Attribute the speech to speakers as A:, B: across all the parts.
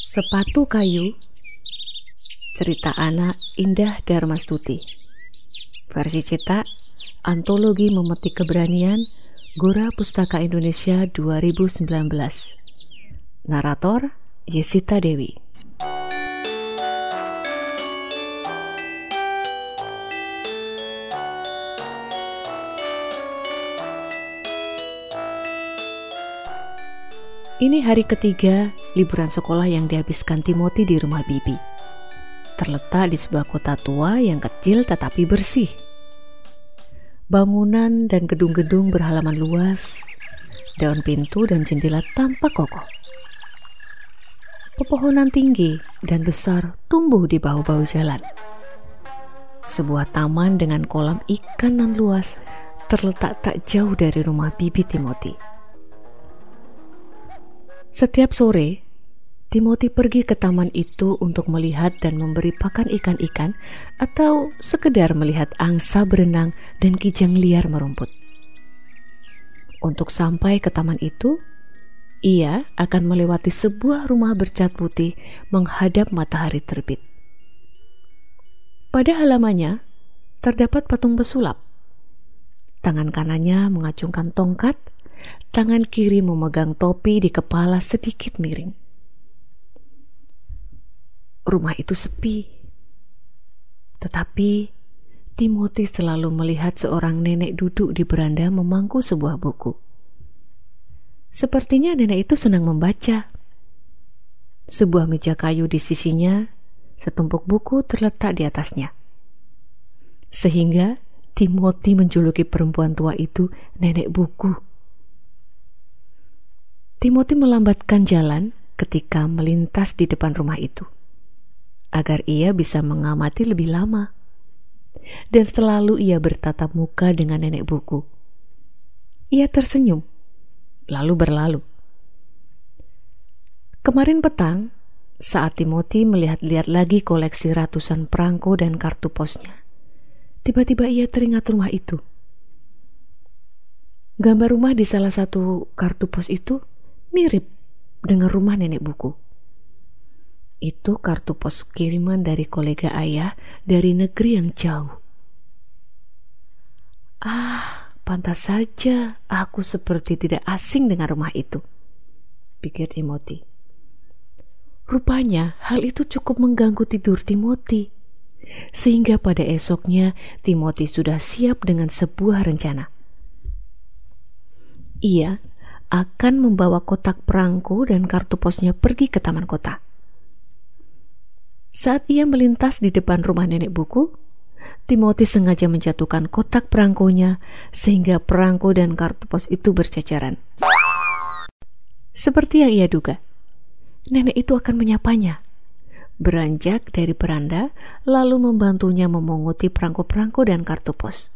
A: Sepatu Kayu, cerita anak Indah Darmastuti. Versi cetak Antologi Memetik Keberanian, Gora Pustaka Indonesia 2019. Narator Yesita Dewi. Ini hari ketiga liburan sekolah yang dihabiskan Timothy di rumah Bibi. Terletak di sebuah kota tua yang kecil tetapi bersih. Bangunan dan gedung-gedung berhalaman luas, daun pintu dan jendela tampak kokoh. Pepohonan tinggi dan besar tumbuh di bahu-bahu jalan. Sebuah taman dengan kolam ikan nan luas terletak tak jauh dari rumah Bibi Timothy. Setiap sore, Timothy pergi ke taman itu untuk melihat dan memberi pakan ikan-ikan atau sekedar melihat angsa berenang dan kijang liar merumput. Untuk sampai ke taman itu, ia akan melewati sebuah rumah bercat putih menghadap matahari terbit. Pada halamannya, terdapat patung pesulap. Tangan kanannya mengacungkan tongkat, tangan kiri memegang topi di kepala sedikit miring. Rumah itu sepi, tetapi Timothy selalu melihat seorang nenek duduk di beranda memangku sebuah buku. Sepertinya nenek itu senang membaca. Sebuah meja kayu di sisinya, setumpuk buku terletak di atasnya. Sehingga Timothy menjuluki perempuan tua itu nenek buku. Timothy melambatkan jalan ketika melintas di depan rumah itu, agar ia bisa mengamati lebih lama. Dan selalu ia bertatap muka dengan nenek buku. Ia tersenyum, lalu berlalu. Kemarin petang, saat Timothy melihat-lihat lagi koleksi ratusan perangko dan kartu posnya, tiba-tiba ia teringat rumah itu. Gambar rumah di salah satu kartu pos itu mirip dengan rumah nenek buku. Itu kartu pos kiriman dari kolega ayah dari negeri yang jauh. Pantas saja aku seperti tidak asing dengan rumah itu, pikir Timothy. Rupanya hal itu cukup mengganggu tidur Timothy, sehingga pada esoknya Timothy sudah siap dengan sebuah rencana. Ia akan membawa kotak perangko dan kartu posnya pergi ke taman kota. Saat ia melintas di depan rumah nenek buku, Timothy sengaja menjatuhkan kotak perangkonya sehingga perangko dan kartu pos itu berceceran. Seperti yang ia duga, nenek itu akan menyapanya, beranjak dari beranda lalu membantunya memunguti perangko-perangko dan kartu pos.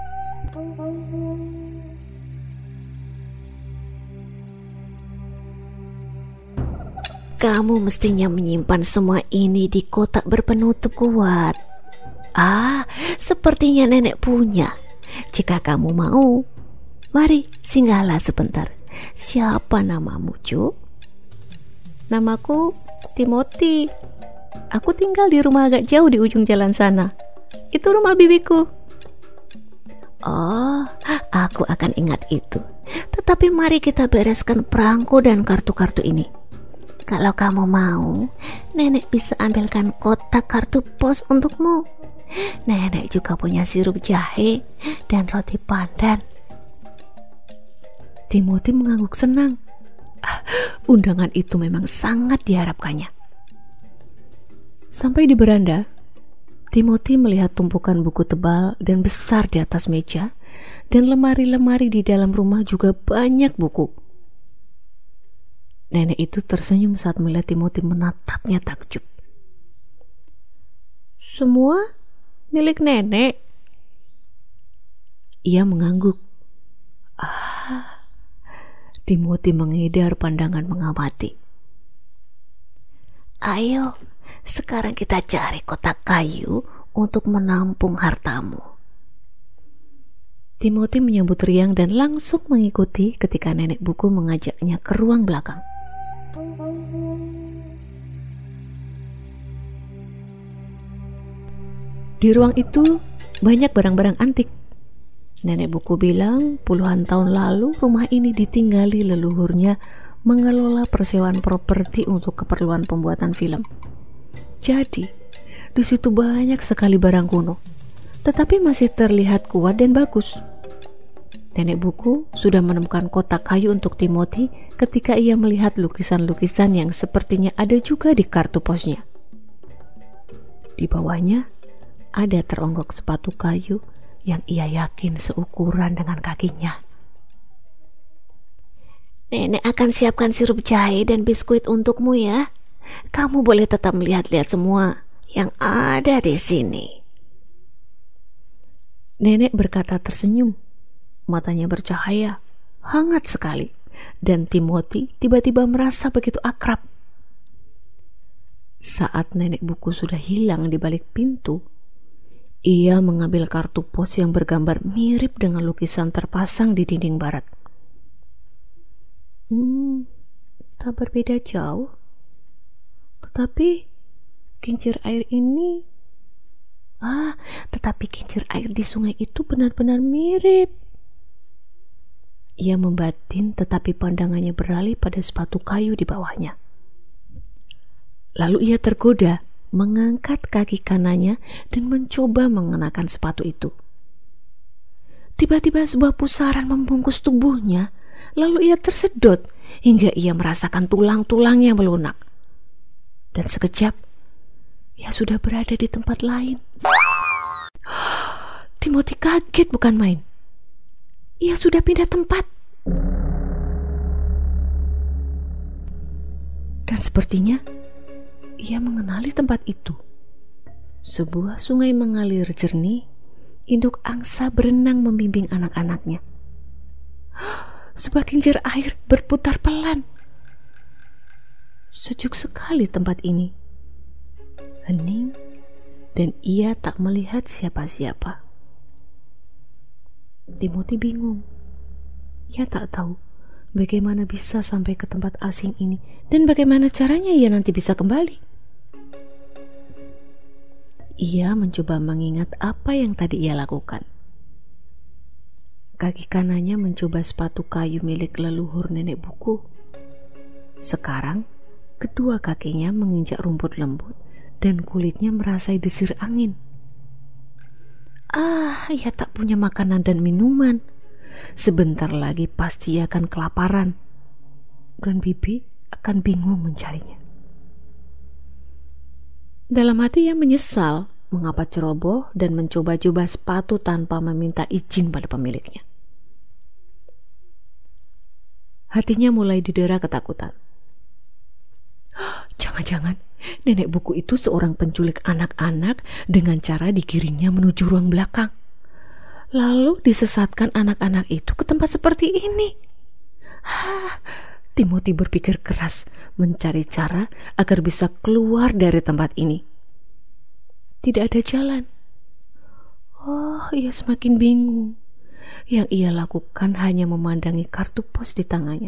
B: Kamu mestinya menyimpan semua ini di kotak berpenutup kuat. Sepertinya nenek punya. Jika kamu mau, mari singgahlah sebentar. Siapa namamu, Cuk?
A: Namaku Timothy. Aku tinggal di rumah agak jauh di ujung jalan sana. Itu rumah bibiku.
B: Oh, aku akan ingat itu. Tetapi mari kita bereskan perangko dan kartu-kartu ini. Kalau kamu mau, nenek bisa ambilkan kotak kartu pos untukmu. Nenek juga punya sirup jahe dan roti pandan.
A: Timothy mengangguk senang. Undangan itu memang sangat diharapkannya. Sampai di beranda, Timothy melihat tumpukan buku tebal dan besar di atas meja, dan lemari-lemari di dalam rumah juga banyak buku. Nenek itu tersenyum saat melihat Timothy menatapnya takjub.
B: Semua milik nenek?
A: Ia mengangguk. Timothy mengedar pandangan mengamati.
B: Ayo, sekarang kita cari kotak kayu untuk menampung hartamu.
A: Timothy menyambut riang dan langsung mengikuti ketika nenek buku mengajaknya ke ruang belakang. Di ruang itu banyak barang-barang antik. Nenek buku bilang puluhan tahun lalu rumah ini ditinggali leluhurnya mengelola persewaan properti untuk keperluan pembuatan film. Jadi, di situ banyak sekali barang kuno, tetapi masih terlihat kuat dan bagus. Nenek buku sudah menemukan kotak kayu untuk Timothy ketika ia melihat lukisan-lukisan yang sepertinya ada juga di kartu posnya. Di bawahnya ada teronggok sepatu kayu yang ia yakin seukuran dengan kakinya.
B: Nenek akan siapkan sirup jahe dan biskuit untukmu ya. Kamu boleh tetap melihat-lihat semua yang ada di sini.
A: Nenek berkata tersenyum. Matanya bercahaya, hangat sekali. Dan Timothy tiba-tiba merasa begitu akrab. Saat nenek buku sudah hilang di balik pintu, ia mengambil kartu pos yang bergambar mirip dengan lukisan terpasang di dinding barat. Tak berbeda jauh. Tetapi kincir air di sungai itu benar-benar mirip. Ia membatin, tetapi pandangannya beralih pada sepatu kayu di bawahnya. Lalu ia tergoda mengangkat kaki kanannya dan mencoba mengenakan sepatu itu. Tiba-tiba sebuah pusaran membungkus tubuhnya, lalu ia tersedot hingga ia merasakan tulang-tulangnya melunak. Dan sekejap, ia sudah berada di tempat lain. Timothy kaget bukan main. Ia sudah pindah tempat. Dan sepertinya ia mengenali tempat itu. Sebuah sungai mengalir jernih, induk angsa berenang membimbing anak-anaknya. Sebuah kincir air berputar pelan. Sejuk sekali tempat ini. Hening, dan ia tak melihat siapa-siapa. Timothy bingung. Ia tak tahu bagaimana bisa sampai ke tempat asing ini dan bagaimana caranya ia nanti bisa kembali. Ia mencoba mengingat apa yang tadi ia lakukan. Kaki kanannya mencoba sepatu kayu milik leluhur nenek buku. Sekarang, kedua kakinya menginjak rumput lembut dan kulitnya merasai desir angin. Ia tak punya makanan dan minuman. Sebentar lagi pasti ia akan kelaparan. Dan bibi akan bingung mencarinya. Dalam hati ia menyesal mengapa ceroboh dan mencoba-coba sepatu tanpa meminta izin pada pemiliknya. Hatinya mulai didera ketakutan. Jangan-jangan nenek buku itu seorang penculik anak-anak dengan cara digiringnya menuju ruang belakang. Lalu disesatkan anak-anak itu ke tempat seperti ini. Timothy berpikir keras mencari cara agar bisa keluar dari tempat ini. Tidak ada jalan. Ia semakin bingung. Yang ia lakukan hanya memandangi kartu pos di tangannya.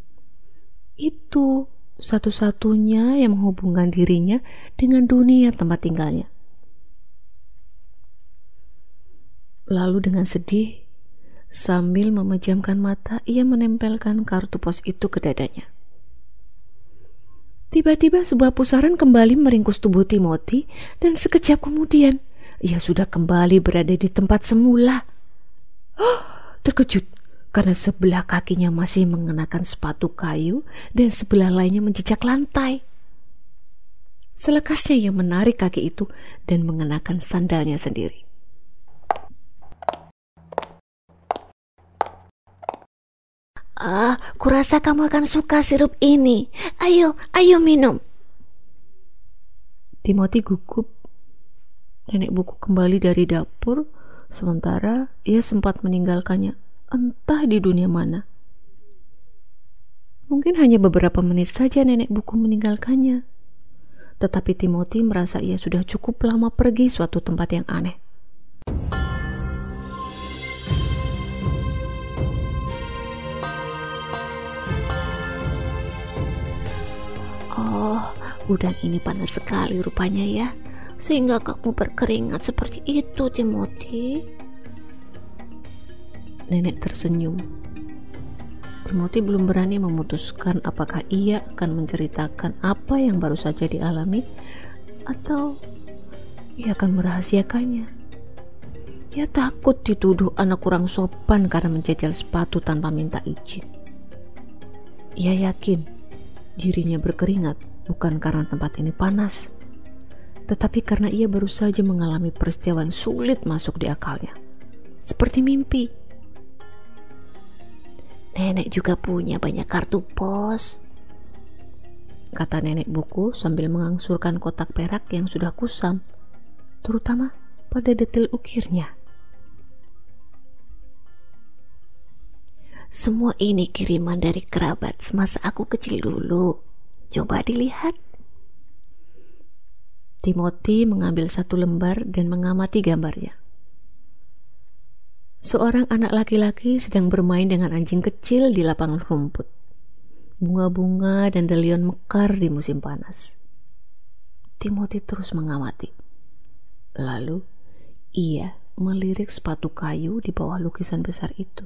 A: Itu satu-satunya yang menghubungkan dirinya dengan dunia tempat tinggalnya. Lalu dengan sedih, sambil memejamkan mata, ia menempelkan kartu pos itu ke dadanya. Tiba-tiba sebuah pusaran kembali meringkus tubuh Timothy dan sekejap kemudian ia sudah kembali berada di tempat semula. Terkejut karena sebelah kakinya masih mengenakan sepatu kayu dan sebelah lainnya menjejak lantai. Selekasnya ia menarik kaki itu dan mengenakan sandalnya sendiri.
B: Kurasa kamu akan suka sirup ini. Ayo minum.
A: Timothy gugup. Nenek buku kembali dari dapur, sementara ia sempat meninggalkannya entah di dunia mana. Mungkin hanya beberapa menit saja nenek buku meninggalkannya. Tetapi Timothy merasa ia sudah cukup lama pergi suatu tempat yang aneh.
B: Udang ini panas sekali rupanya ya. sehingga kamu berkeringat seperti itu, Timothy.
A: Nenek tersenyum. Timothy belum berani memutuskan apakah ia akan menceritakan apa yang baru saja dialami atau ia akan merahasiakannya. Ia takut dituduh anak kurang sopan karena menjajal sepatu tanpa minta izin. Ia yakin dirinya berkeringat bukan karena tempat ini panas, tetapi karena ia baru saja mengalami peristiwa yang sulit masuk di akalnya, seperti mimpi.
B: Nenek juga punya banyak kartu pos,
A: kata nenek buku sambil mengangsurkan kotak perak yang sudah kusam, terutama pada detail ukirnya.
B: Semua ini kiriman dari kerabat semasa aku kecil dulu. Coba dilihat.
A: Timothy mengambil satu lembar dan mengamati gambarnya. Seorang anak laki-laki sedang bermain dengan anjing kecil di lapangan rumput. Bunga-bunga dan delion mekar di musim panas. Timothy terus mengamati. Lalu ia melirik sepatu kayu di bawah lukisan besar itu.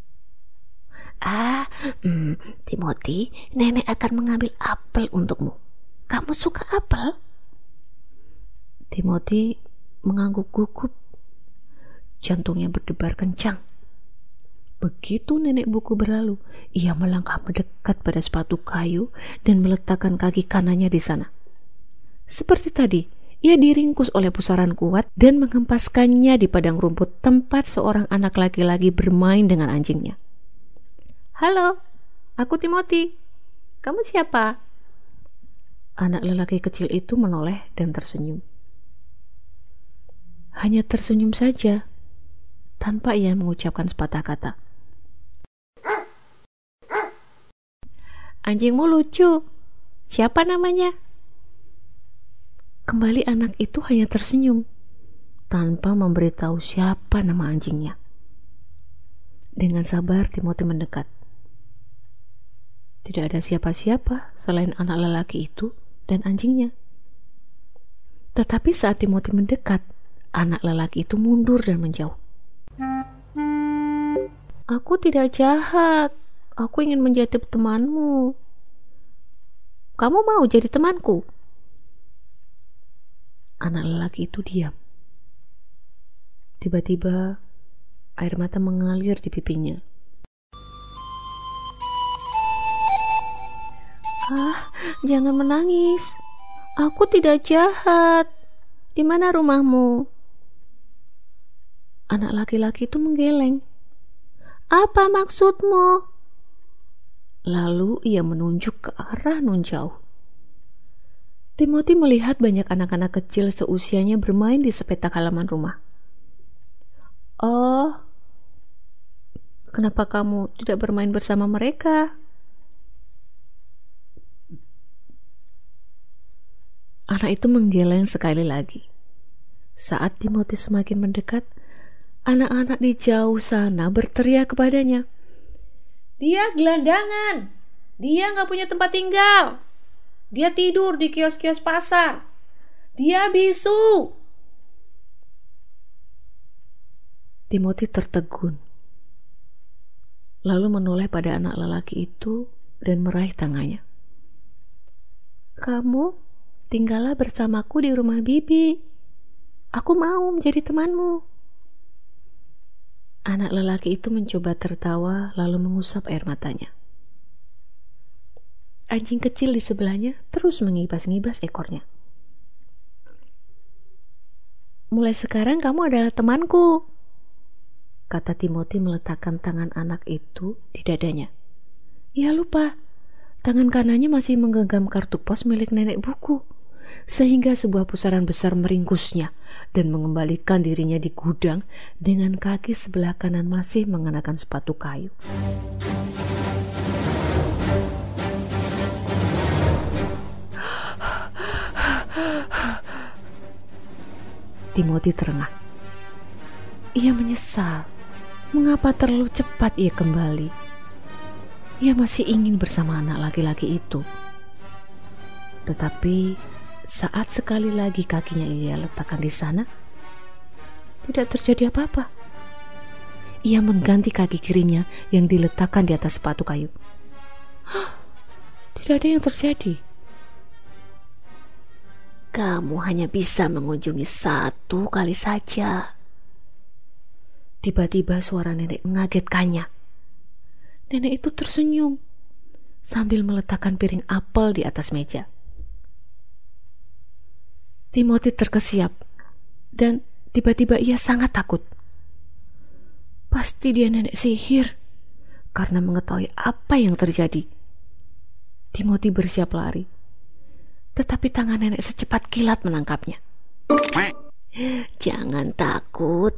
B: Timothy, nenek akan mengambil apel untukmu. Kamu suka apel?
A: Timothy mengangguk gugup. Jantungnya berdebar kencang. Begitu nenek buku berlalu, ia melangkah mendekat pada sepatu kayu dan meletakkan kaki kanannya di sana. Seperti tadi, ia diringkus oleh pusaran kuat dan menghempaskannya di padang rumput tempat seorang anak laki-laki bermain dengan anjingnya. "Halo, aku Timothy. Kamu siapa?" Anak lelaki kecil itu menoleh dan tersenyum. Hanya tersenyum saja, tanpa ia mengucapkan sepatah kata. "Anjingmu lucu. Siapa namanya?" Kembali anak itu hanya tersenyum, tanpa memberitahu siapa nama anjingnya. Dengan sabar Timothy mendekat. Tidak ada siapa-siapa selain anak lelaki itu dan anjingnya. Tetapi saat Timothy mendekat, anak lelaki itu mundur dan menjauh. "Aku tidak jahat. Aku ingin menjadi temanmu. Kamu mau jadi temanku?" Anak lelaki itu diam. Tiba-tiba air mata mengalir di pipinya. "Jangan menangis. Aku tidak jahat. Di mana rumahmu?" Anak laki-laki itu menggeleng. "Apa maksudmu?" Lalu ia menunjuk ke arah nun jauh. Timothy melihat banyak anak-anak kecil seusianya bermain di sepetak halaman rumah. "Oh, kenapa kamu tidak bermain bersama mereka?" Anak itu menggeleng sekali lagi. Saat Timothy semakin mendekat, anak-anak di jauh sana berteriak kepadanya, "Dia gelandangan. Dia gak punya tempat tinggal. Dia tidur di kios-kios pasar. Dia bisu." Timothy tertegun, lalu menoleh pada anak lelaki itu dan meraih tangannya. "Kamu tinggallah bersamaku di rumah bibi. Aku mau menjadi temanmu." Anak lelaki itu mencoba tertawa lalu mengusap air matanya. Anjing kecil di sebelahnya terus mengibas-ngibas ekornya. "Mulai sekarang kamu adalah temanku," kata Timothy meletakkan tangan anak itu di dadanya. Ia lupa, tangan kanannya masih menggenggam kartu pos milik nenek buku, sehingga sebuah pusaran besar meringkusnya dan mengembalikan dirinya di gudang dengan kaki sebelah kanan masih mengenakan sepatu kayu. Timothy terengah. Ia menyesal mengapa terlalu cepat ia kembali. Ia masih ingin bersama anak laki-laki itu. Tetapi Saat sekali lagi kakinya ia letakkan di sana, tidak terjadi apa-apa. Ia mengganti kaki kirinya yang diletakkan di atas sepatu kayu. Tidak ada yang terjadi.
B: Kamu hanya bisa mengunjungi 1 kali saja.
A: Tiba-tiba suara nenek mengagetkannya. Nenek itu tersenyum sambil meletakkan piring apel di atas meja. Timothy terkesiap dan tiba-tiba ia sangat takut. Pasti dia nenek sihir. Karena mengetahui apa yang terjadi, Timothy bersiap lari. Tetapi tangan nenek secepat kilat menangkapnya.
B: Jangan takut.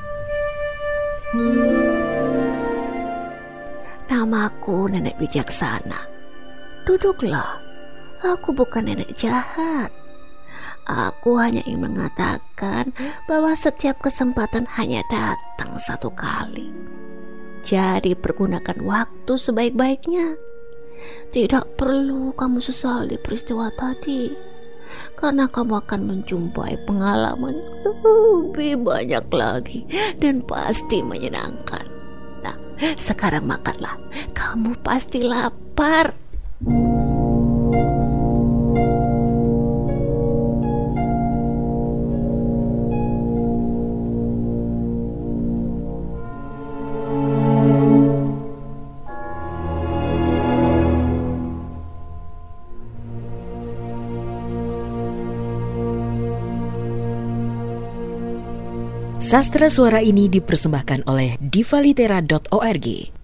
B: Namaku Nenek Bijaksana. Duduklah. Aku bukan nenek jahat. Aku hanya ingin mengatakan bahwa setiap kesempatan hanya datang 1 kali. Jadi pergunakan waktu sebaik-baiknya. Tidak perlu kamu sesali peristiwa tadi, karena kamu akan menjumpai pengalaman lebih banyak lagi dan pasti menyenangkan. Nah, sekarang makanlah. Kamu pasti lapar.
C: Sastra suara ini dipersembahkan oleh divalitera.org.